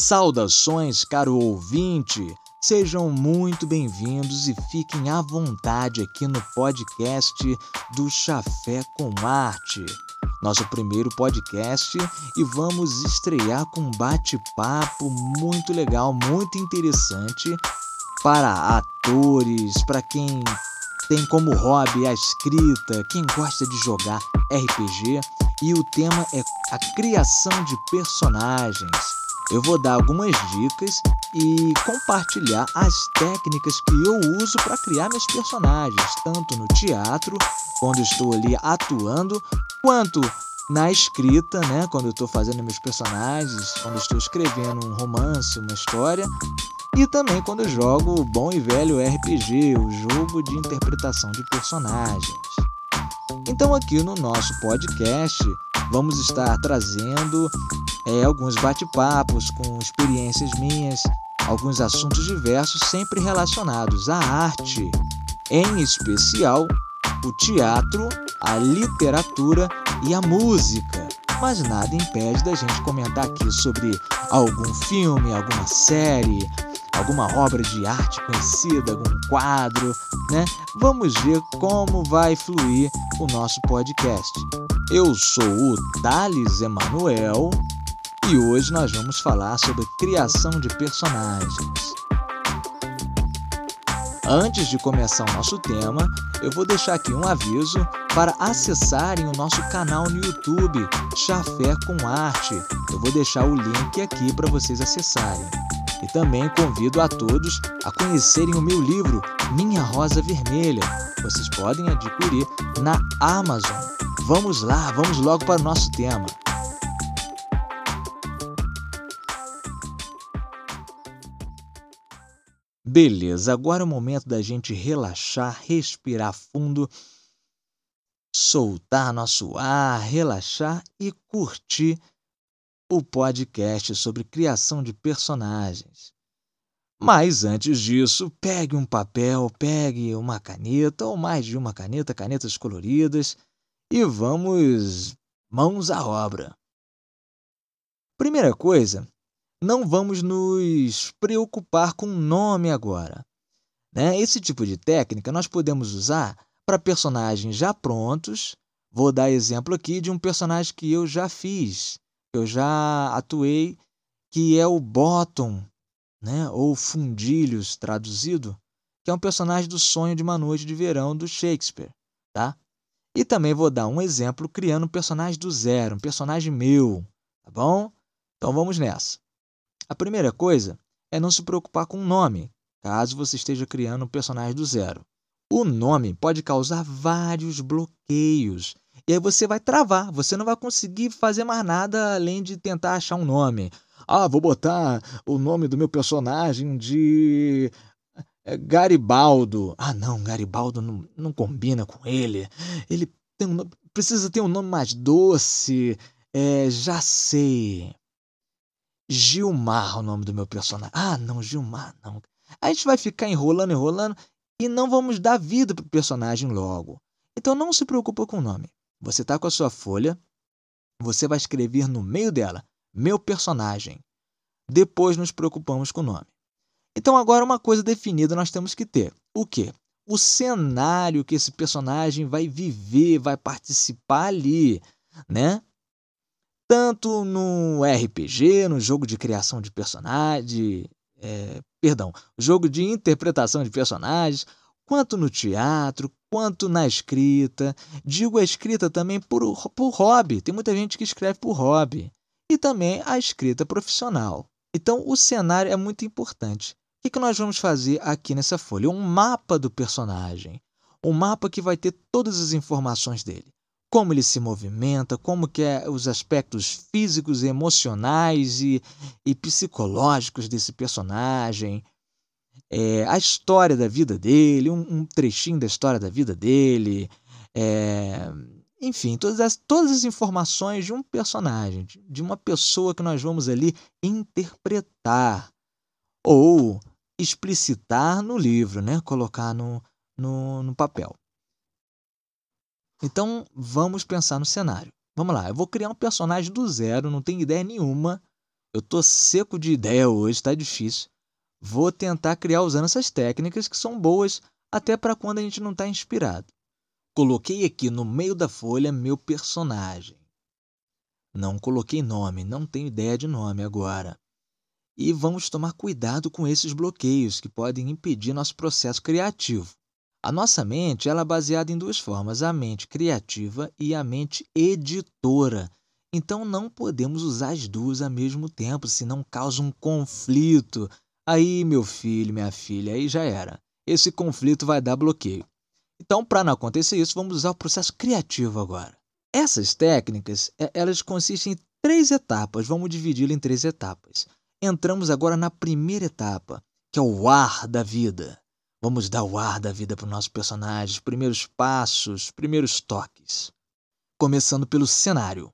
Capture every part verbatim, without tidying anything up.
Saudações, caro ouvinte! Sejam muito bem-vindos e fiquem à vontade aqui no podcast do Chafé com Arte, nosso primeiro podcast, e vamos estrear com um bate-papo muito legal, muito interessante para atores, para quem tem como hobby a escrita, quem gosta de jogar R P G, e o tema é a criação de personagens. Eu vou dar algumas dicas e compartilhar as técnicas que eu uso para criar meus personagens, tanto no teatro, quando estou ali atuando, quanto na escrita, né, quando eu estou fazendo meus personagens, quando estou escrevendo um romance, uma história, e também quando eu jogo o bom e velho R P G, o jogo de interpretação de personagens. Então aqui no nosso podcast vamos estar trazendo é, alguns bate-papos com experiências minhas, alguns assuntos diversos sempre relacionados à arte, em especial o teatro, a literatura e a música. Mas nada impede da gente comentar aqui sobre algum filme, alguma série, alguma obra de arte conhecida, algum quadro, né? Vamos ver como vai fluir o nosso podcast. Eu sou o Thales Emanuel e hoje nós vamos falar sobre criação de personagens. Antes de começar o nosso tema, eu vou deixar aqui um aviso para acessarem o nosso canal no YouTube, Chafé com Arte. Eu vou deixar o link aqui para vocês acessarem. E também convido a todos a conhecerem o meu livro Minha Rosa Vermelha. Vocês podem adquirir na Amazon. Vamos lá, vamos logo para o nosso tema. Beleza, agora é o momento da gente relaxar, respirar fundo, soltar nosso ar, relaxar e curtir o podcast sobre criação de personagens. Mas antes disso, pegue um papel, pegue uma caneta ou mais de uma caneta, canetas coloridas, e vamos mãos à obra. Primeira coisa, não vamos nos preocupar com o nome agora, né? Esse tipo de técnica nós podemos usar para personagens já prontos. Vou dar exemplo aqui de um personagem que eu já fiz, eu já atuei, que é o Bottom, né? Ou Fundilhos traduzido, que é um personagem do Sonho de uma Noite de Verão do Shakespeare, tá? E também vou dar um exemplo criando um personagem do zero, um personagem meu, tá bom? Então vamos nessa. A primeira coisa é não se preocupar com o nome, caso você esteja criando um personagem do zero. O nome pode causar vários bloqueios. E aí você vai travar, você não vai conseguir fazer mais nada além de tentar achar um nome. Ah, vou botar o nome do meu personagem de Garibaldo. Ah, não, Garibaldo não, não combina com ele. Ele tem um nome, precisa ter um nome mais doce. É, já sei. Gilmar, o nome do meu personagem. Ah, não, Gilmar, não. A gente vai ficar enrolando, enrolando e não vamos dar vida para o personagem logo. Então não se preocupa com o nome. Você está com a sua folha, você vai escrever no meio dela, meu personagem. Depois nos preocupamos com o nome. Então agora uma coisa definida nós temos que ter. O quê? O cenário que esse personagem vai viver, vai participar ali, né? Tanto no R P G, no jogo de criação de personagem, é, perdão, jogo de interpretação de personagens, quanto no teatro, quanto na escrita. Digo a escrita também por, por hobby, tem muita gente que escreve por hobby. E também a escrita profissional. Então o cenário é muito importante. O que, que nós vamos fazer aqui nessa folha? Um mapa do personagem. Um mapa que vai ter todas as informações dele. Como ele se movimenta, como que é os aspectos físicos, emocionais e, e psicológicos desse personagem, é, a história da vida dele, um, um trechinho da história da vida dele, é, enfim, todas as, todas as informações de um personagem, de, de uma pessoa que nós vamos ali interpretar ou explicitar no livro, né? Colocar no, no, no papel. Então, vamos pensar no cenário. Vamos lá, eu vou criar um personagem do zero, não tenho ideia nenhuma Eu tô seco de ideia hoje, tá difícil. Vou tentar criar usando essas técnicas que são boas até para quando a gente não está inspirado. Coloquei aqui no meio da folha meu personagem. Não coloquei nome, não tenho ideia de nome agora. E vamos tomar cuidado com esses bloqueios que podem impedir nosso processo criativo. A nossa mente ela é baseada em duas formas, a mente criativa e a mente editora. Então não podemos usar as duas ao mesmo tempo, senão causa um conflito. Aí, meu filho, minha filha, aí já era. Esse conflito vai dar bloqueio. Então, para não acontecer isso, vamos usar o processo criativo agora. Essas técnicas, elas consistem em três etapas. Vamos dividi-la em três etapas. Entramos agora na primeira etapa, que é o ar da vida. Vamos dar o ar da vida para o nosso personagem, os primeiros passos, primeiros toques. Começando pelo cenário.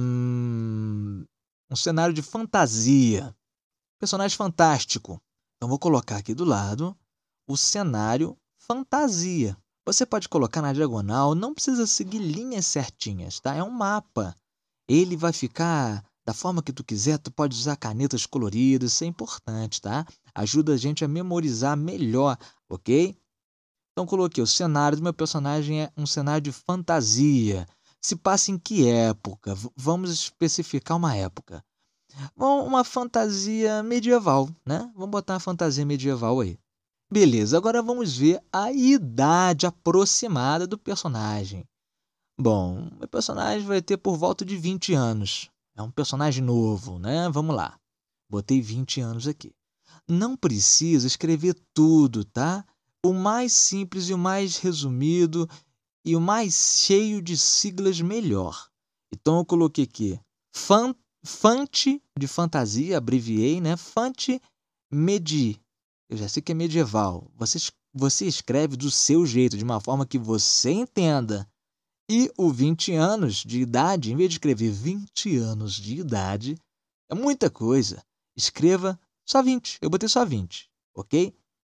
Hum, um cenário de fantasia. Personagem fantástico. Então, vou colocar aqui do lado o cenário fantasia. Você pode colocar na diagonal, não precisa seguir linhas certinhas, tá? É um mapa. Ele vai ficar da forma que tu quiser, tu pode usar canetas coloridas, isso é importante, tá? Ajuda a gente a memorizar melhor, ok? Então, coloquei o cenário do meu personagem é um cenário de fantasia. Se passa em que época? Vamos especificar uma época. Bom, uma fantasia medieval, né? Vamos botar uma fantasia medieval aí. Beleza, agora vamos ver a idade aproximada do personagem. Bom, o personagem vai ter por volta de vinte anos. É um personagem novo, né? Vamos lá. Botei vinte anos aqui. Não precisa escrever tudo, tá? O mais simples e o mais resumido e o mais cheio de siglas melhor. Então eu coloquei aqui fan, Fante de fantasia, abreviei, né? Fante Medi. Eu já sei que é medieval. Você, você escreve do seu jeito, de uma forma que você entenda. E o vinte anos de idade, em vez de escrever vinte anos de idade, é muita coisa. Escreva só vinte. Eu botei só vinte, ok?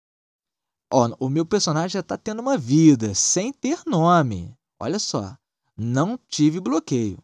Ó, o meu personagem já está tendo uma vida, sem ter nome. Olha só, não tive bloqueio.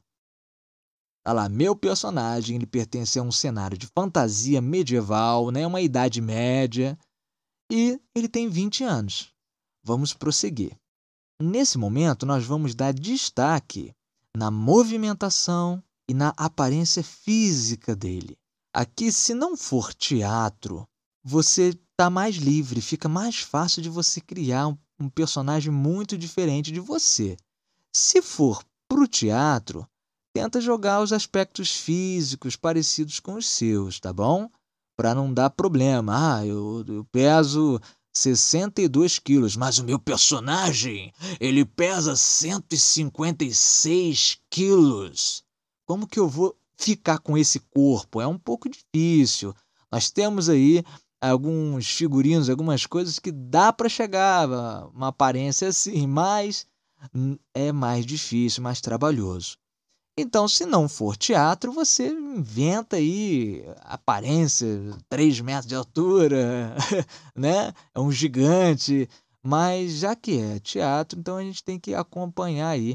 Olha lá, meu personagem ele pertence a um cenário de fantasia medieval, né? Uma idade média, e ele tem vinte anos. Vamos prosseguir. Nesse momento, nós vamos dar destaque na movimentação e na aparência física dele. Aqui, se não for teatro, você está mais livre, fica mais fácil de você criar um, um personagem muito diferente de você. Se for para o teatro, tenta jogar os aspectos físicos parecidos com os seus, tá bom? Para não dar problema. Ah, eu, eu peso sessenta e dois quilos, mas o meu personagem, ele pesa cento e cinquenta e seis quilos. Como que eu vou ficar com esse corpo? É um pouco difícil. Nós temos aí alguns figurinos, algumas coisas que dá para chegar a uma aparência assim, mas é mais difícil, mais trabalhoso. Então, se não for teatro, você inventa aí aparência, três metros de altura, né? É um gigante. Mas já que é teatro, então a gente tem que acompanhar aí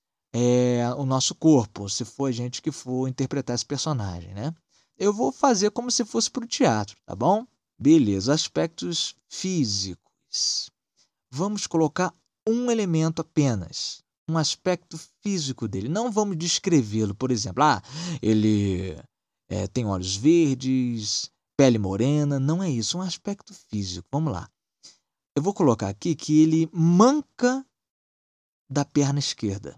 é, o nosso corpo, se for a gente que for interpretar esse personagem, né? Eu vou fazer como se fosse para o teatro, tá bom? Beleza, aspectos físicos. Vamos colocar um elemento apenas, um aspecto físico dele. Não vamos descrevê-lo, por exemplo, ah, ele é, tem olhos verdes, pele morena. Não é isso, um aspecto físico. Vamos lá. Eu vou colocar aqui que ele manca da perna esquerda.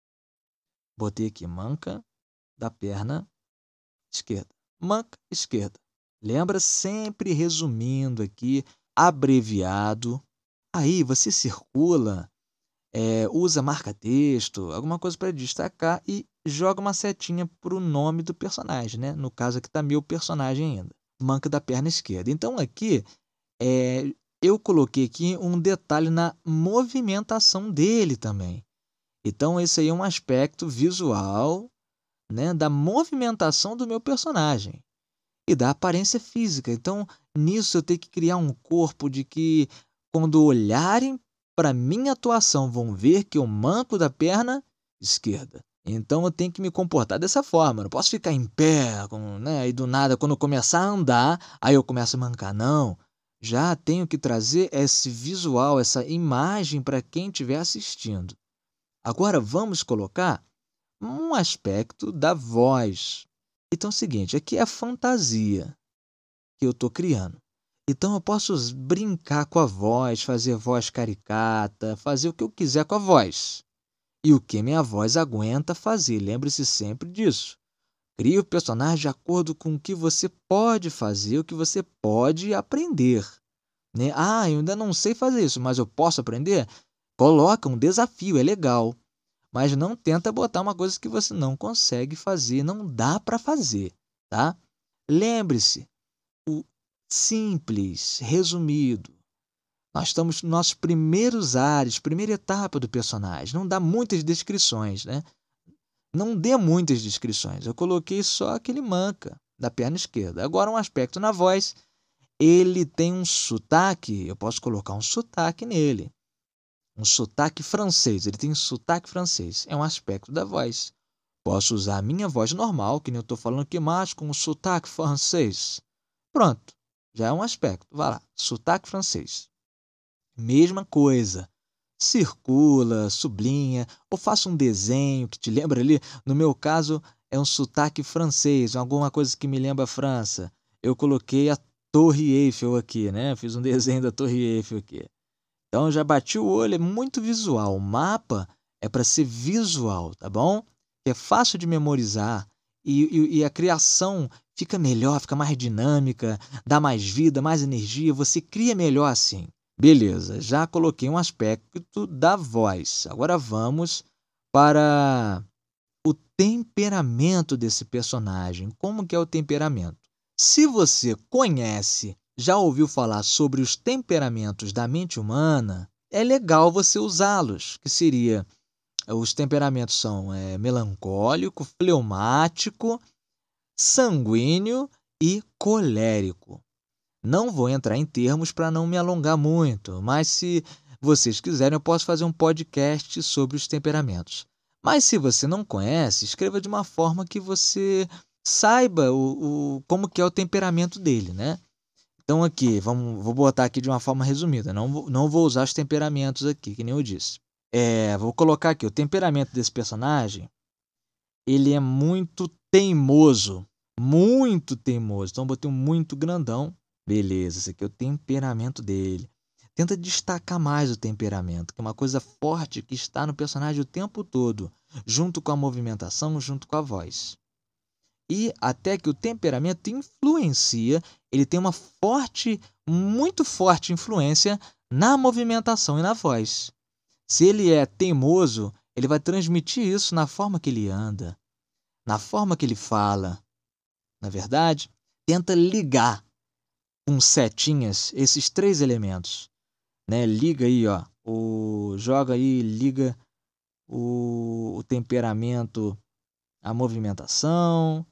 Botei aqui, manca da perna esquerda. Manca esquerda. Lembra sempre resumindo aqui, abreviado. Aí você circula, é, usa marca-texto, alguma coisa para destacar e joga uma setinha para o nome do personagem, né? No caso aqui está meu personagem ainda. Manca da perna esquerda. Então aqui, é, eu coloquei aqui um detalhe na movimentação dele também. Então esse aí é um aspecto visual, né, da movimentação do meu personagem e da aparência física. Então nisso eu tenho que criar um corpo de que quando olharem para minha atuação vão ver que eu manco da perna esquerda. Então eu tenho que me comportar dessa forma. Eu não posso ficar em pé, com, né? E do nada, quando eu começar a andar, aí eu começo a mancar. Não. Já tenho que trazer esse visual, essa imagem para quem estiver assistindo. Agora vamos colocar um aspecto da voz. Então é o seguinte, aqui é a fantasia que eu estou criando. Então eu posso brincar com a voz, fazer voz caricata, fazer o que eu quiser com a voz. E o que minha voz aguenta fazer. Lembre-se sempre disso. Crie o personagem de acordo com o que você pode fazer, o que você pode aprender. Né? Ah, eu ainda não sei fazer isso, mas eu posso aprender? Coloca um desafio, é legal. Mas não tenta botar uma coisa que você não consegue fazer, não dá para fazer, tá? Lembre-se, o simples, resumido. Nós estamos nos nossos primeiros ares, primeira etapa do personagem. Não dá muitas descrições, né? Não dê muitas descrições. Eu coloquei só aquele manca da perna esquerda. Agora, um aspecto na voz. Ele tem um sotaque, eu posso colocar um sotaque nele. Um sotaque francês, ele tem um sotaque francês. É um aspecto da voz. Posso usar a minha voz normal, que nem eu estou falando aqui, mas com um sotaque francês. Pronto, já é um aspecto. Vai lá, sotaque francês. Mesma coisa. Circula, sublinha, ou faça um desenho que te lembra ali. No meu caso, é um sotaque francês, alguma coisa que me lembra a França. Eu coloquei a Torre Eiffel aqui, né? Fiz um desenho da Torre Eiffel aqui. Então, já bati o olho, é muito visual. O mapa é para ser visual, tá bom? É fácil de memorizar e, e, e a criação fica melhor, fica mais dinâmica, dá mais vida, mais energia. Você cria melhor assim. Beleza, já coloquei um aspecto da voz. Agora vamos para o temperamento desse personagem. Como que é o temperamento? Se você conhece, já ouviu falar sobre os temperamentos da mente humana, é legal você usá-los, que seria, os temperamentos são é, melancólico, fleumático, sanguíneo e colérico. Não vou entrar em termos para não me alongar muito, mas se vocês quiserem, eu posso fazer um podcast sobre os temperamentos. Mas se você não conhece, escreva de uma forma que você saiba o, o, como que é o temperamento dele, né? Então aqui, vamos, vou botar aqui de uma forma resumida, não, vou- não vou usar os temperamentos aqui, que nem eu disse. É, vou colocar aqui, o temperamento desse personagem, ele é muito teimoso, muito teimoso. Então eu botei um muito grandão. Beleza, esse aqui é o temperamento dele. Tenta destacar mais o temperamento, que é uma coisa forte que está no personagem o tempo todo, junto com a movimentação, junto com a voz. E até que o temperamento influencia, ele tem uma forte, muito forte influência na movimentação e na voz. Se ele é teimoso, ele vai transmitir isso na forma que ele anda, na forma que ele fala. Na verdade, tenta ligar com setinhas esses três elementos, né? Liga aí, ó, o joga aí, liga o, o temperamento, a movimentação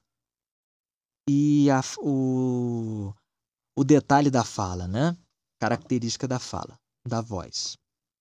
e a, o, o detalhe da fala, né? Característica da fala, da voz.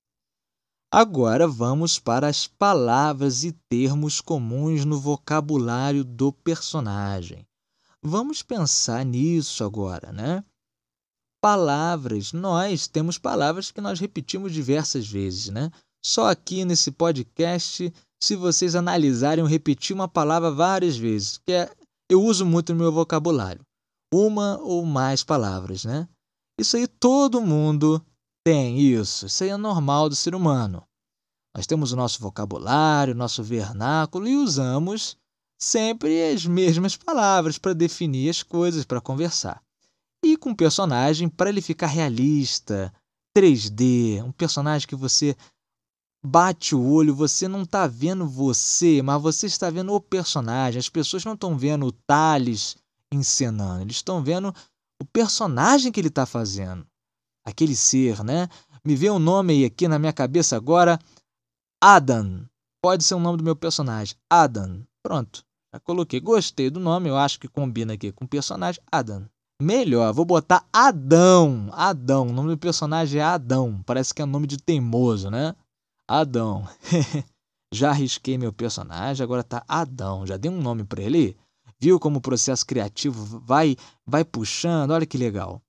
Agora vamos para as palavras e termos comuns no vocabulário do personagem. Vamos pensar nisso agora, né? Palavras, nós temos palavras que nós repetimos diversas vezes, né? Só aqui nesse podcast, se vocês analisarem, eu repeti uma palavra várias vezes, que é, eu uso muito no meu vocabulário. Uma ou mais palavras, né? Isso aí todo mundo tem isso. Isso aí é normal do ser humano. Nós temos o nosso vocabulário, nosso vernáculo e usamos sempre as mesmas palavras para definir as coisas, para conversar. E com o personagem, para ele ficar realista, três D, um personagem que você bate o olho, você não está vendo você, mas você está vendo o personagem. As pessoas não estão vendo o Thales encenando, eles estão vendo o personagem que ele está fazendo. Aquele ser, né? Me vê um nome aí aqui na minha cabeça agora, Adam. Pode ser o nome do meu personagem, Adam. Pronto, já coloquei. Gostei do nome, eu acho que combina aqui com o personagem, Adam. Melhor, vou botar Adão. Adão, o nome do personagem é Adão. Parece que é nome de teimoso, né? Adão. Já risquei meu personagem, agora tá Adão. Já dei um nome para ele? Viu como o processo criativo vai, vai puxando? Olha que legal.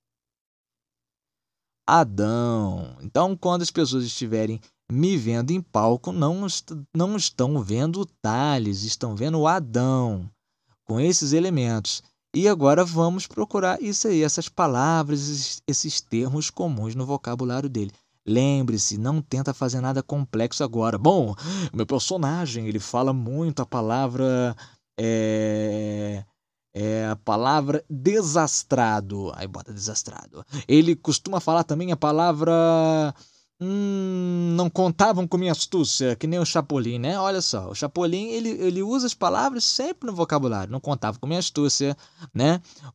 Adão. Então, quando as pessoas estiverem me vendo em palco, não, est não estão vendo o Thales, estão vendo o Adão, com esses elementos. E agora vamos procurar isso aí, essas palavras, esses, esses termos comuns no vocabulário dele. Lembre-se, não tenta fazer nada complexo agora. Bom, meu personagem, ele fala muito a palavra... É... É a palavra desastrado. Aí bota desastrado. Ele costuma falar também a palavra... Hum, não contavam com minha astúcia, que nem o Chapolin, né? Olha só, o Chapolin, ele, ele usa as palavras sempre no vocabulário. Não contavam com minha astúcia, né?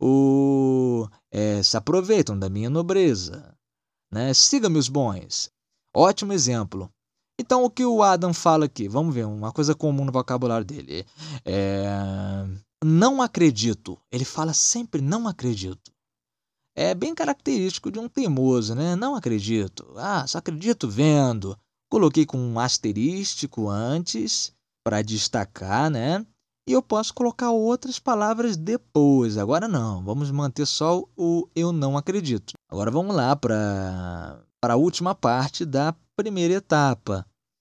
O, é, se aproveitam da minha nobreza, né? Siga meus bons. Ótimo exemplo. Então, o que o Adam fala aqui? Vamos ver, uma coisa comum no vocabulário dele. É... Não acredito. Ele fala sempre não acredito. É bem característico de um teimoso, né? Não acredito. Ah, só acredito vendo. Coloquei com um asterístico antes para destacar, né? E eu posso colocar outras palavras depois. Agora não. Vamos manter só o eu não acredito. Agora vamos lá para para a última parte da primeira etapa.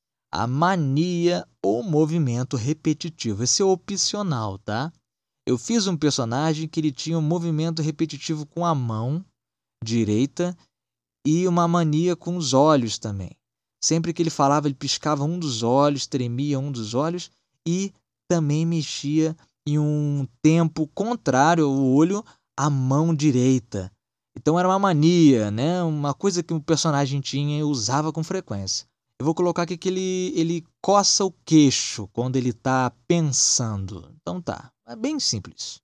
A mania ou movimento repetitivo. Esse é opcional, tá? Eu fiz um personagem que ele tinha um movimento repetitivo com a mão direita e uma mania com os olhos também. Sempre que ele falava, ele piscava um dos olhos, tremia um dos olhos e também mexia em um tempo contrário ao olho, a mão direita. Então era uma mania, né? Uma coisa que o personagem tinha e usava com frequência. Eu vou colocar aqui que ele, ele coça o queixo quando ele está pensando. Então tá, é bem simples.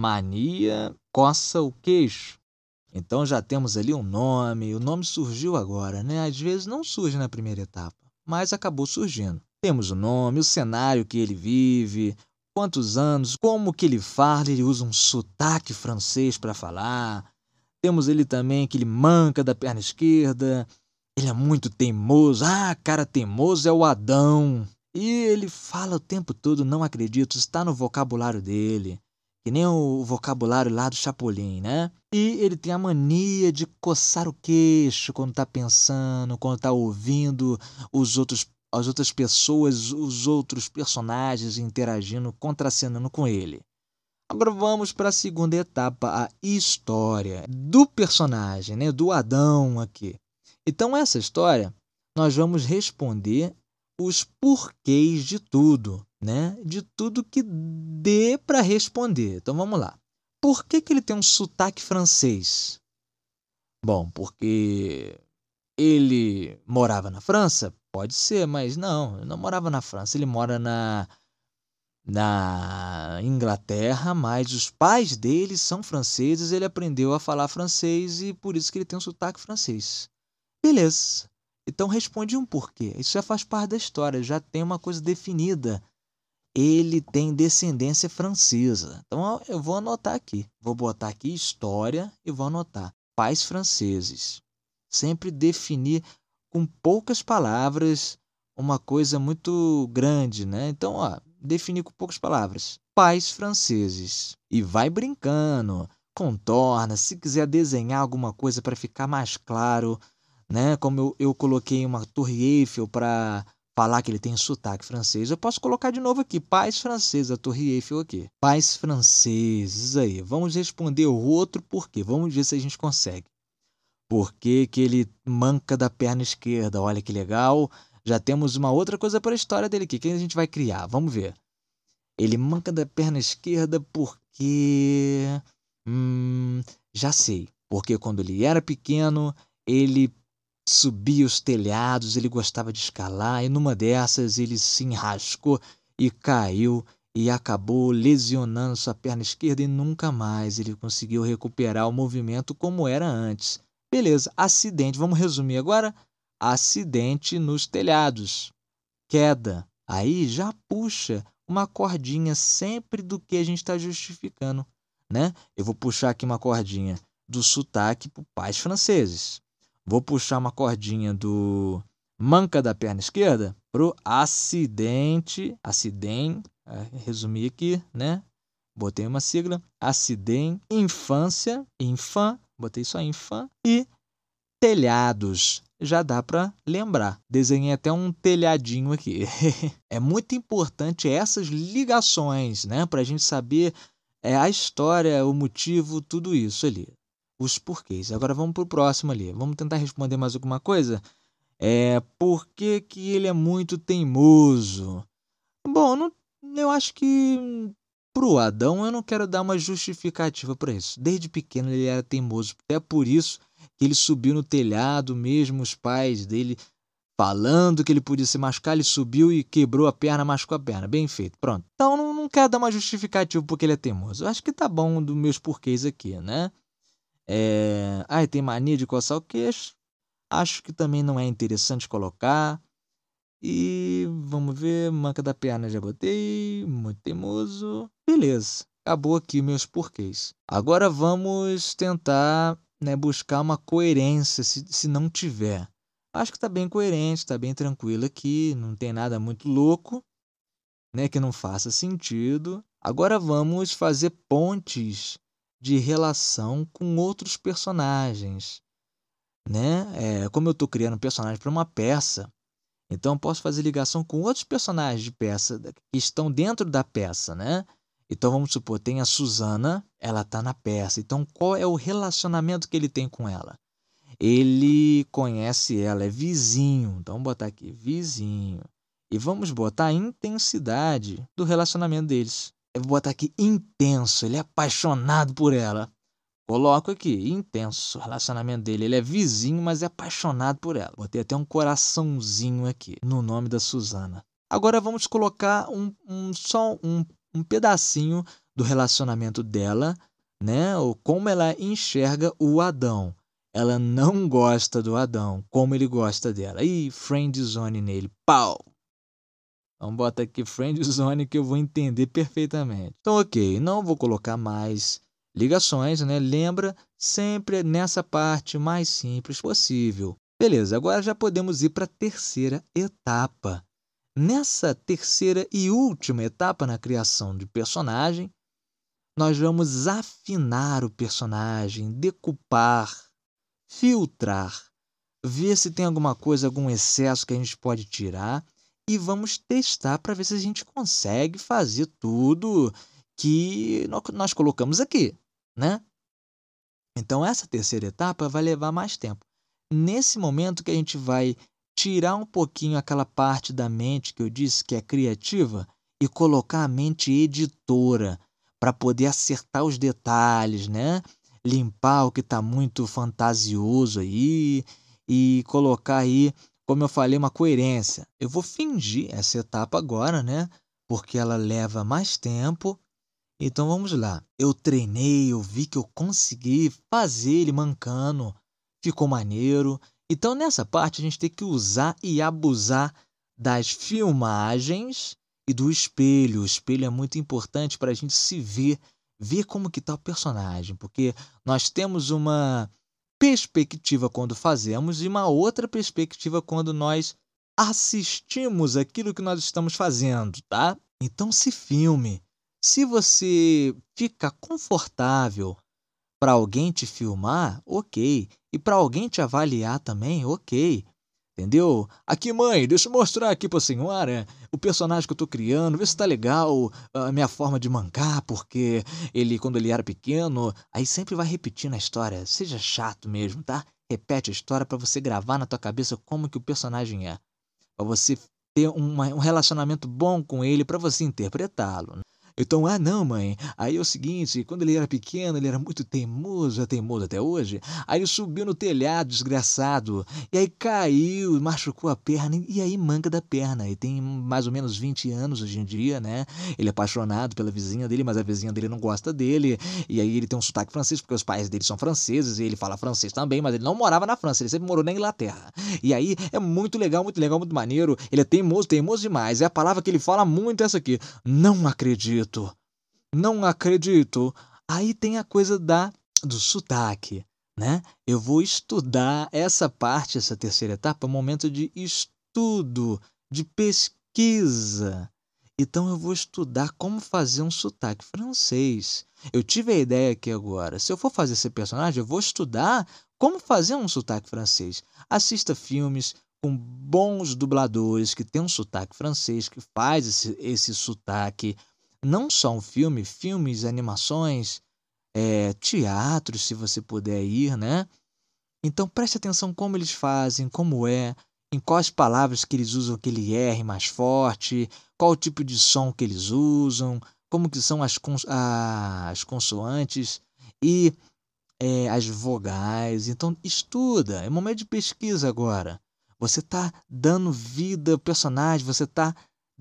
Mania, coça o queixo. Então já temos ali um nome, o nome surgiu agora, né? Às vezes não surge na primeira etapa, mas acabou surgindo. Temos o nome, o cenário que ele vive, quantos anos, como que ele fala, ele usa um sotaque francês para falar. Temos ele também que ele manca da perna esquerda, ele é muito teimoso. Ah, cara teimoso é o Adão. E ele fala o tempo todo, não acredito, está no vocabulário dele. Que nem o vocabulário lá do Chapolin, né? E ele tem a mania de coçar o queixo quando está pensando, quando está ouvindo os outros, as outras pessoas, os outros personagens interagindo, contracenando com ele. Agora vamos para a segunda etapa, a história do personagem, né? Do Adão aqui. Então, essa história, nós vamos responder os porquês de tudo, né? De tudo que dê para responder. Então, vamos lá. Por que que ele tem um sotaque francês? Bom, porque ele morava na França? Pode ser, mas não, ele não morava na França. Ele mora na, na Inglaterra, mas os pais dele são franceses. Ele aprendeu a falar francês e por isso que ele tem um sotaque francês. Beleza. Então responde um porquê. Isso já faz parte da história, já tem uma coisa definida. Ele tem descendência francesa. Então eu vou anotar aqui. Vou botar aqui história e vou anotar. Pais franceses. Sempre definir com poucas palavras uma coisa muito grande, né? Então, ó, definir com poucas palavras. Pais franceses. E vai brincando, contorna. Se quiser desenhar alguma coisa para ficar mais claro, né? Como eu, eu coloquei uma Torre Eiffel para falar que ele tem sotaque francês, eu posso colocar de novo aqui, pais franceses, a Torre Eiffel aqui. Pais franceses, aí. Vamos responder o outro porquê. Vamos ver se a gente consegue. Por que que ele manca da perna esquerda? Olha que legal. Já temos uma outra coisa para a história dele aqui. O que a gente vai criar? Vamos ver. Ele manca da perna esquerda porque... Hum, já sei. Porque quando ele era pequeno, ele subia os telhados, ele gostava de escalar, e numa dessas ele se enrascou e caiu e acabou lesionando sua perna esquerda e nunca mais ele conseguiu recuperar o movimento como era antes. Beleza, acidente, vamos resumir agora? Acidente nos telhados, queda. Aí já puxa uma cordinha sempre do que a gente está justificando, né? Eu vou puxar aqui uma cordinha do sotaque para pais franceses. Vou puxar uma cordinha do manca da perna esquerda pro acidente, acidente, resumi aqui, né? Botei uma sigla, acidente, infância, infã, botei só infã, e telhados. Já dá para lembrar. Desenhei até um telhadinho aqui. É muito importante essas ligações, né? Para a gente saber é, a história, o motivo, tudo isso ali. Os porquês. Agora vamos para o próximo ali. Vamos tentar responder mais alguma coisa? É, por que, que ele é muito teimoso? Bom, não, eu acho que pro Adão eu não quero dar uma justificativa para isso. Desde pequeno ele era teimoso. Até por isso que ele subiu no telhado, mesmo os pais dele falando que ele podia se machucar, ele subiu e quebrou a perna, machucou a perna. Bem feito, pronto. Então não, não quero dar uma justificativa porque ele é teimoso. Eu acho que tá bom dos meus porquês aqui, né? É... Ah, tem mania de coçar o queixo. Acho que também não é interessante colocar. E vamos ver, manca da perna já botei, muito teimoso. Beleza, acabou aqui meus porquês. Agora vamos tentar, né, buscar uma coerência, se, se não tiver. Acho que está bem coerente, está bem tranquilo aqui, não tem nada muito louco, né, que não faça sentido. Agora vamos fazer pontes de relação com outros personagens, né? É, como eu estou criando um personagem para uma peça, então, eu posso fazer ligação com outros personagens de peça que estão dentro da peça, né? Então, vamos supor, tem a Susana, ela está na peça. Então, qual é o relacionamento que ele tem com ela? Ele conhece ela, é vizinho. Então, vamos botar aqui, vizinho. E vamos botar a intensidade do relacionamento deles. Eu vou botar aqui intenso, ele é apaixonado por ela. Coloco aqui, intenso, o relacionamento dele. Ele é vizinho, mas é apaixonado por ela. Botei até um coraçãozinho aqui no nome da Susana. Agora vamos colocar um, um, só um, um pedacinho do relacionamento dela, né? Ou como ela enxerga o Adão. Ela não gosta do Adão, como ele gosta dela. Ih, friendzone nele, pau! Então bota aqui friendzone que eu vou entender perfeitamente. Então ok, não vou colocar mais ligações, né? Lembra sempre nessa parte mais simples possível. Beleza, agora já podemos ir para a terceira etapa. Nessa terceira e última etapa na criação de personagem, nós vamos afinar o personagem, decupar, filtrar, ver se tem alguma coisa, algum excesso que a gente pode tirar e vamos testar para ver se a gente consegue fazer tudo que nós colocamos aqui, né? Então, essa terceira etapa vai levar mais tempo. Nesse momento que a gente vai tirar um pouquinho aquela parte da mente que eu disse que é criativa e colocar a mente editora para poder acertar os detalhes, né? Limpar o que está muito fantasioso aí e colocar aí, como eu falei, uma coerência. Eu vou fingir essa etapa agora, né? Porque ela leva mais tempo. Então vamos lá. Eu treinei, eu vi que eu consegui fazer ele mancando. Ficou maneiro. Então nessa parte a gente tem que usar e abusar das filmagens e do espelho. O espelho é muito importante para a gente se ver, ver como que está o personagem. Porque nós temos uma perspectiva quando fazemos e uma outra perspectiva quando nós assistimos aquilo que nós estamos fazendo, tá? Então se filme. Se você fica confortável para alguém te filmar, ok. E para alguém te avaliar também, ok. Entendeu? Aqui, mãe, deixa eu mostrar aqui para a senhora o personagem que eu estou criando, ver se está legal a minha forma de mancar, porque ele, quando ele era pequeno, aí sempre vai repetindo a história. Seja chato mesmo, tá? Repete a história para você gravar na tua cabeça como que o personagem é. Para você ter uma, um relacionamento bom com ele, para você interpretá-lo. Então, ah, não, mãe. Aí é o seguinte, quando ele era pequeno, ele era muito teimoso, é teimoso até hoje. Aí ele subiu no telhado, desgraçado. E aí caiu, machucou a perna. E aí manca da perna. E tem mais ou menos vinte anos hoje em dia, né? Ele é apaixonado pela vizinha dele, mas a vizinha dele não gosta dele. E aí ele tem um sotaque francês, porque os pais dele são franceses. E ele fala francês também, mas ele não morava na França. Ele sempre morou na Inglaterra. E aí é muito legal, muito legal, muito maneiro. Ele é teimoso, teimoso demais. É a palavra que ele fala muito essa aqui. Não acredito. Não acredito. Aí tem a coisa da do sotaque, né? Eu vou estudar essa parte, essa terceira etapa, um momento de estudo de pesquisa. Então eu vou estudar como fazer um sotaque francês. Eu tive a ideia aqui agora. Se eu for fazer esse personagem, eu vou estudar como fazer um sotaque francês. Assista filmes com bons dubladores que tem um sotaque francês, que faz esse, esse sotaque. Não só um filme, filmes, animações, é, teatros, se você puder ir, né? Então preste atenção como eles fazem, como é, em quais palavras que eles usam aquele R mais forte, qual o tipo de som que eles usam, como que são as, cons as consoantes e é, as vogais. Então estuda, é momento de pesquisa agora. Você está dando vida ao personagem, você está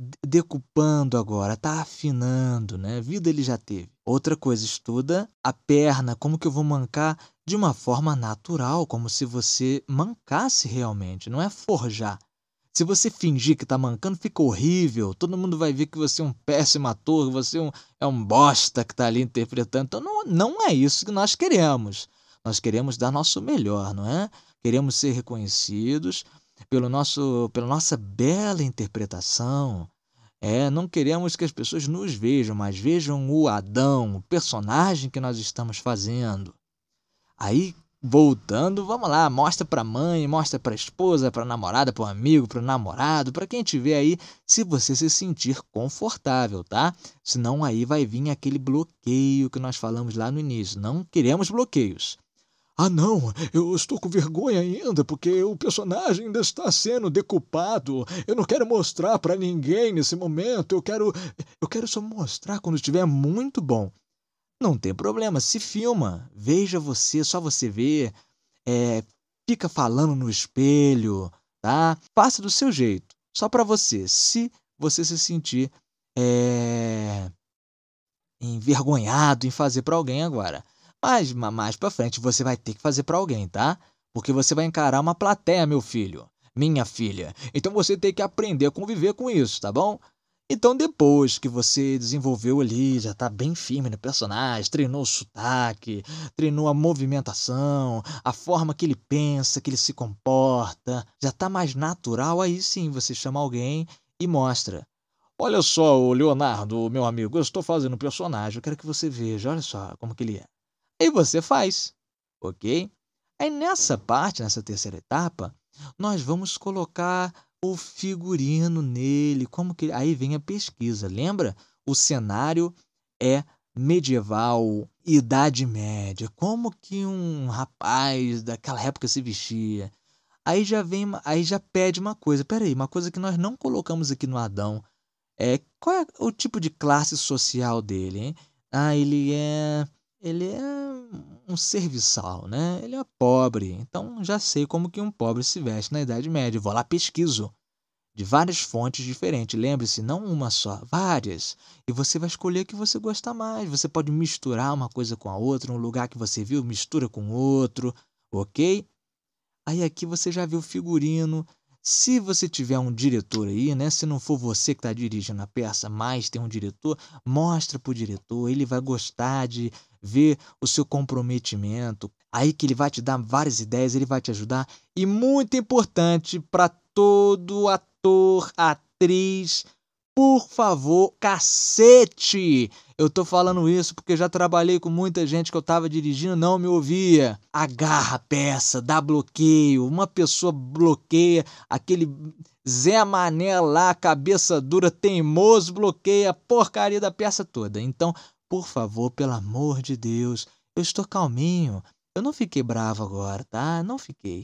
decupando agora, está afinando, né? Vida ele já teve. Outra coisa, estuda a perna, como que eu vou mancar de uma forma natural, como se você mancasse realmente, não é forjar. Se você fingir que está mancando, fica horrível. Todo mundo vai ver que você é um péssimo ator, que você é um, é um bosta que está ali interpretando. Então não, não é isso que nós queremos. Nós queremos dar nosso melhor, não é? Queremos ser reconhecidos pelo nosso, pela nossa bela interpretação. É, não queremos que as pessoas nos vejam, mas vejam o Adão, o personagem que nós estamos fazendo. Aí, voltando, vamos lá, mostra para a mãe, mostra para a esposa, para a namorada, para o amigo, para o namorado, para quem tiver aí, se você se sentir confortável, tá? Senão aí vai vir aquele bloqueio que nós falamos lá no início. Não queremos bloqueios. Ah, não, eu estou com vergonha ainda porque o personagem ainda está sendo decupado. Eu não quero mostrar para ninguém nesse momento. Eu quero, eu quero só mostrar quando estiver muito bom. Não tem problema, se filma, veja você, só você ver, é, fica falando no espelho, tá? Faça do seu jeito, só para você, se você se sentir é, envergonhado em fazer para alguém agora. Mas mais para frente você vai ter que fazer para alguém, tá? Porque você vai encarar uma plateia, meu filho, minha filha. Então você tem que aprender a conviver com isso, tá bom? Então, depois que você desenvolveu ali, já está bem firme no personagem, treinou o sotaque, treinou a movimentação, a forma que ele pensa, que ele se comporta, já está mais natural, aí sim você chama alguém e mostra. Olha só, o Leonardo, meu amigo, eu estou fazendo um personagem, eu quero que você veja, olha só como que ele é. Aí você faz, ok? Aí nessa parte, nessa terceira etapa, nós vamos colocar o figurino nele, como que aí vem a pesquisa, lembra? O cenário é medieval, Idade Média, como que um rapaz daquela época se vestia? Aí já vem, aí já pede uma coisa, peraí, uma coisa que nós não colocamos aqui no Adão, é qual é o tipo de classe social dele, hein? Ah, ele é ele é um serviçal, né? Ele é pobre, então já sei como que um pobre se veste na Idade Média. Vou lá, pesquiso de várias fontes diferentes. Lembre-se, não uma só, várias. E você vai escolher o que você gosta mais. Você pode misturar uma coisa com a outra, um lugar que você viu, mistura com outro, ok? Aí aqui você já viu o figurino. Se você tiver um diretor aí, né? Se não for você que está dirigindo a peça, mas tem um diretor, mostra para o diretor, ele vai gostar de ver o seu comprometimento. Aí que ele vai te dar várias ideias, ele vai te ajudar. E muito importante para todo ator, atriz, por favor, cacete! Eu tô falando isso porque já trabalhei com muita gente que eu tava dirigindo, não me ouvia. Agarra a peça, dá bloqueio. Uma pessoa bloqueia, aquele Zé Mané lá, cabeça dura, teimoso, bloqueia a porcaria da peça toda. Então, por favor, pelo amor de Deus, eu estou calminho. Eu não fiquei bravo agora, tá? Não fiquei.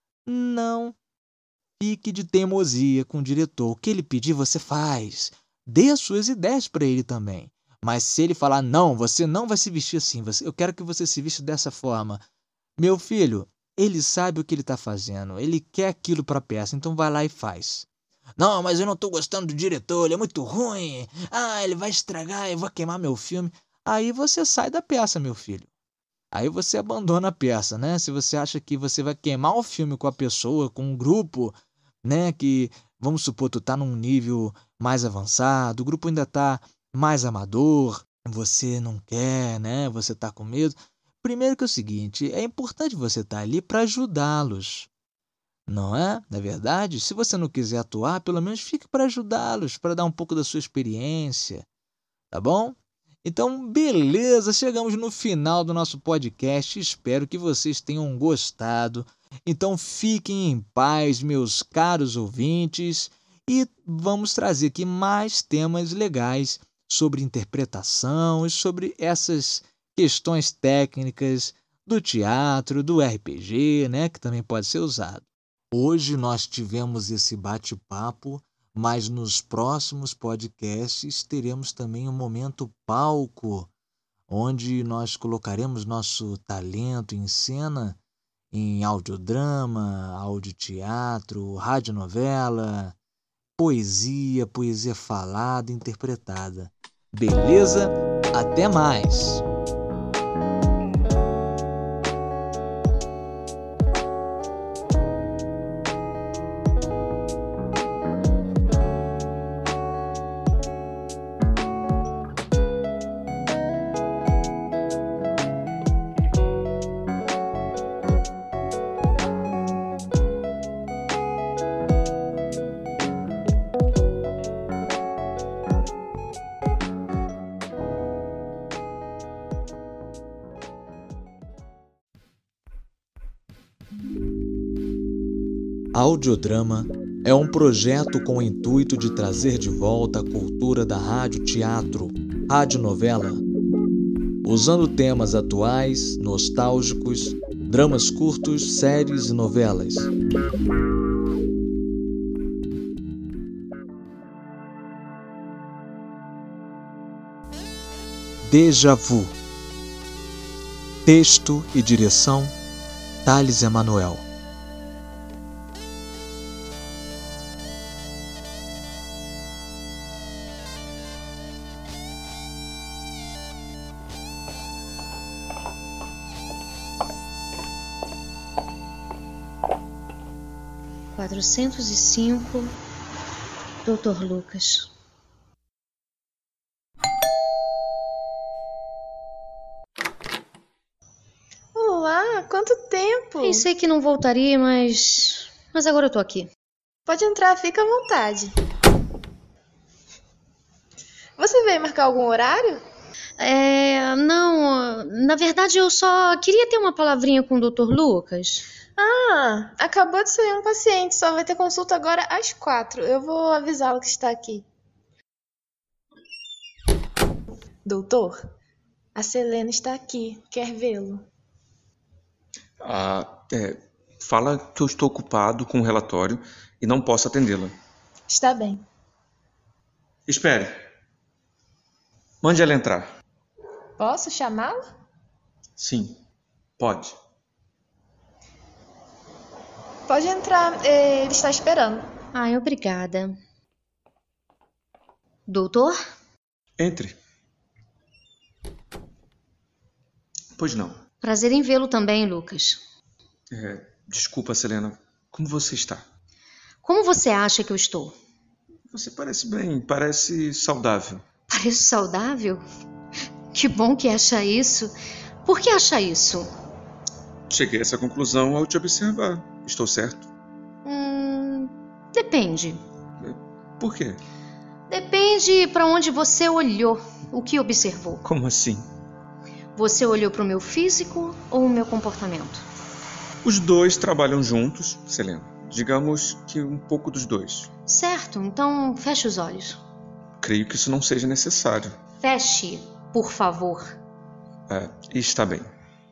Não fique de teimosia com o diretor. O que ele pedir, você faz. Dê as suas ideias para ele também. Mas se ele falar, não, você não vai se vestir assim, você, eu quero que você se vista dessa forma. Meu filho, ele sabe o que ele está fazendo, ele quer aquilo para a peça, então vai lá e faz. Não, mas eu não estou gostando do diretor, ele é muito ruim. Ah, ele vai estragar, eu vou queimar meu filme. Aí você sai da peça, meu filho. Aí você abandona a peça, né? Se você acha que você vai queimar o filme com a pessoa, com um grupo, né? Que, vamos supor, tu tá num nível mais avançado, o grupo ainda tá mais amador, você não quer, né? Você tá com medo. Primeiro que é o seguinte, é importante você estar ali para ajudá-los. Não é? Na verdade, se você não quiser atuar, pelo menos fique para ajudá-los, para dar um pouco da sua experiência, tá bom? Então, beleza, chegamos no final do nosso podcast. Espero que vocês tenham gostado. Então, fiquem em paz, meus caros ouvintes, e vamos trazer aqui mais temas legais sobre interpretação e sobre essas questões técnicas do teatro, do R P G, né, que também pode ser usado. Hoje nós tivemos esse bate-papo, mas nos próximos podcasts teremos também um momento palco, onde nós colocaremos nosso talento em cena em audiodrama, audioteatro, radionovela, poesia, poesia falada, interpretada. Beleza? Até mais! Audiodrama é um projeto com o intuito de trazer de volta a cultura da rádio-teatro, radionovela, usando temas atuais, nostálgicos, dramas curtos, séries e novelas. Déjà Vu. Texto e direção, Thales Emanuel. quatrocentos e cinco, doutor Lucas. Olá, quanto tempo! Pensei que não voltaria, mas... Mas agora eu tô aqui. Pode entrar, fica à vontade. Você veio marcar algum horário? É... Não... Na verdade, eu só queria ter uma palavrinha com o doutor Lucas. Ah, acabou de sair um paciente, só vai ter consulta agora às quatro. Eu vou avisá-lo que está aqui. Doutor, a Selena está aqui, quer vê-lo. Ah, é, fala que eu estou ocupado com o relatório e não posso atendê-la. Está bem. Espere. Mande ela entrar. Posso chamá-la? Sim, pode. Pode entrar, ele está esperando. Ai, obrigada. Doutor? Entre. Pois não. Prazer em vê-lo também, Lucas. É, desculpa, Selena. Como você está? Como você acha que eu estou? Você parece bem, parece saudável. Pareço saudável? Que bom que acha isso. Por que acha isso? Cheguei a essa conclusão ao te observar. Estou certo? Hum, depende. Por quê? Depende para onde você olhou, o que observou. Como assim? Você olhou para o meu físico ou o meu comportamento? Os dois trabalham juntos, Selena. Digamos que um pouco dos dois. Certo, então feche os olhos. Creio que isso não seja necessário. Feche, por favor. É, está bem.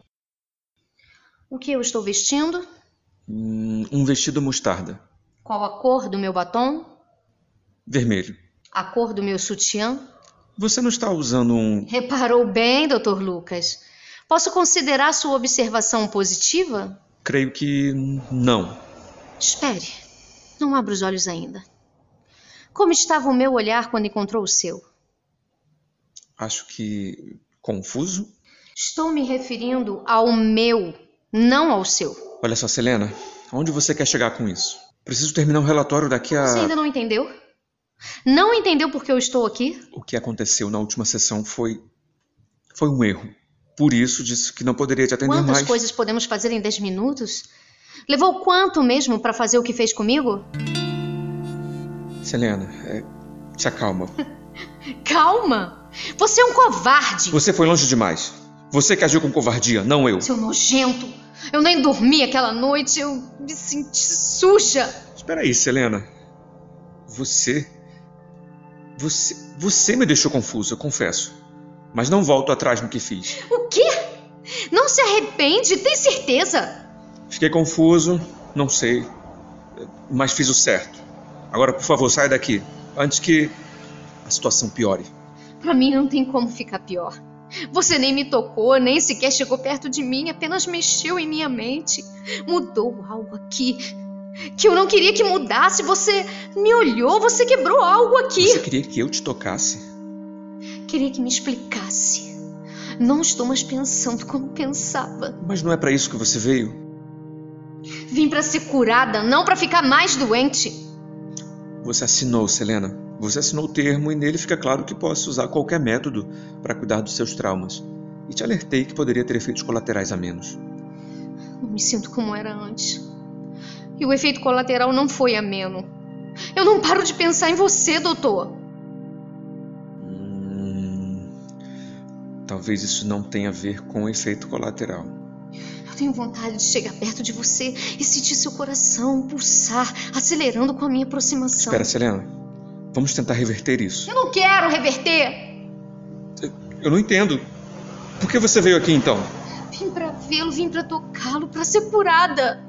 O que eu estou vestindo? Hum, um vestido mostarda. Qual a cor do meu batom? Vermelho. A cor do meu sutiã? Você não está usando um... Reparou bem, doutor Lucas. Posso considerar sua observação positiva? Creio que não. Espere, não abra os olhos ainda. Como estava o meu olhar quando encontrou o seu? Acho que... confuso? Estou me referindo ao meu, não ao seu. Olha só, Selena, aonde você quer chegar com isso? Preciso terminar um relatório daqui a... Você ainda não entendeu? Não entendeu por que eu estou aqui? O que aconteceu na última sessão foi... foi um erro. Por isso disse que não poderia te atender Quantas mais. coisas podemos fazer em dez minutos? Levou quanto mesmo pra fazer o que fez comigo? Selena, é, se acalma. Calma! Você é um covarde! Você foi longe demais. Você que agiu com covardia, não eu. Seu nojento! Eu nem dormi aquela noite, eu me senti suja! Espera aí, Selena. Você... Você... Você me deixou confuso, eu confesso. Mas não volto atrás no que fiz. O quê? Não se arrepende? Tem certeza? Fiquei confuso, não sei. Mas fiz o certo. Agora, por favor, saia daqui. Antes que a situação piore. Pra mim não tem como ficar pior. Você nem me tocou, nem sequer chegou perto de mim, apenas mexeu em minha mente. Mudou algo aqui que eu não queria que mudasse. Você me olhou, você quebrou algo aqui. Você queria que eu te tocasse? Queria que me explicasse. Não estou mais pensando como pensava. Mas não é pra isso que você veio? Vim pra ser curada, não pra ficar mais doente. Você assinou, Selena. Você assinou o termo e nele fica claro que posso usar qualquer método para cuidar dos seus traumas. E te alertei que poderia ter efeitos colaterais a menos. Não me sinto como era antes. E o efeito colateral não foi ameno. Eu não paro de pensar em você, doutor. Hum, talvez isso não tenha a ver com o efeito colateral. Eu tenho vontade de chegar perto de você e sentir seu coração pulsar, acelerando com a minha aproximação. Espera, Selena. Vamos tentar reverter isso. Eu não quero reverter. Eu não entendo. Por que você veio aqui, então? Vim pra vê-lo, vim pra tocá-lo, pra ser curada.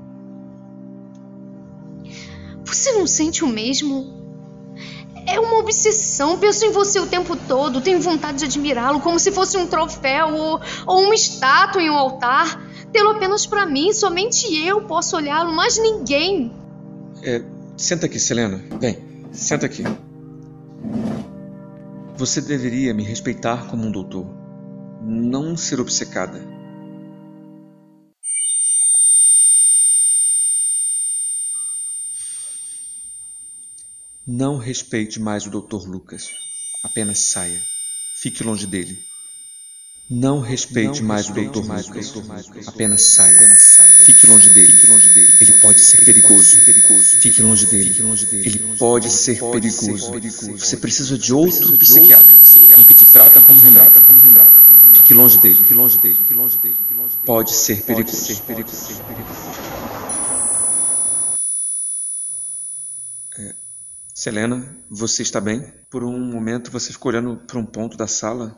Você não sente o mesmo? É uma obsessão. Penso em você o tempo todo. Tenho vontade de admirá-lo como se fosse um troféu ou, ou uma estátua em um altar. Tê-lo apenas pra mim. Somente eu posso olhá-lo, mas ninguém. É, senta aqui, Selena. Vem. Senta aqui. Você deveria me respeitar como um doutor, não ser obcecada. Não respeite mais o doutor Lucas. Apenas saia. Fique longe dele. Não respeite não mais respeite o doutor Lucas. Lucas. Apenas saia. Fique longe dele. Ele pode ser perigoso. Fique longe dele. Ele pode ser perigoso. Você precisa de outro psiquiatra, um que te trata como Renata. Fique longe dele. Pode ser perigoso. É, Selena, você está bem? Por um momento você ficou olhando para um ponto da sala.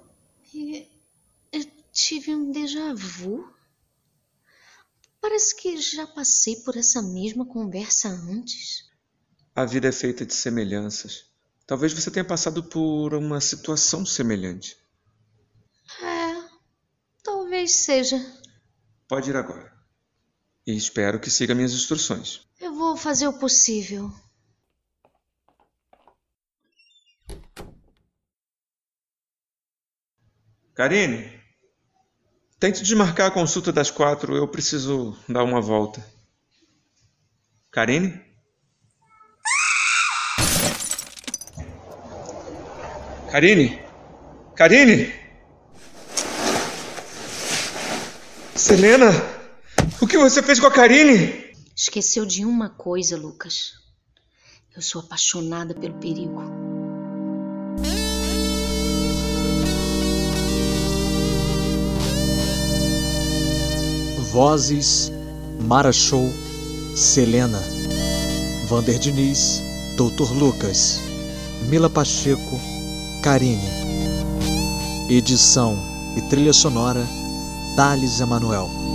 Tive um déjà vu. Parece que já passei por essa mesma conversa antes. A vida é feita de semelhanças. Talvez você tenha passado por uma situação semelhante. É, talvez seja. Pode ir agora. E espero que siga minhas instruções. Eu vou fazer o possível. Karine, tente desmarcar a consulta das quatro. Eu preciso dar uma volta. Karine? Karine? Karine? Selena? O que você fez com a Karine? Esqueceu de uma coisa, Lucas. Eu sou apaixonada pelo perigo. Vozes: Mara Show, Selena. Vander Diniz, doutor Lucas. Mila Pacheco, Karine. Edição e trilha sonora: Thales Emanuel.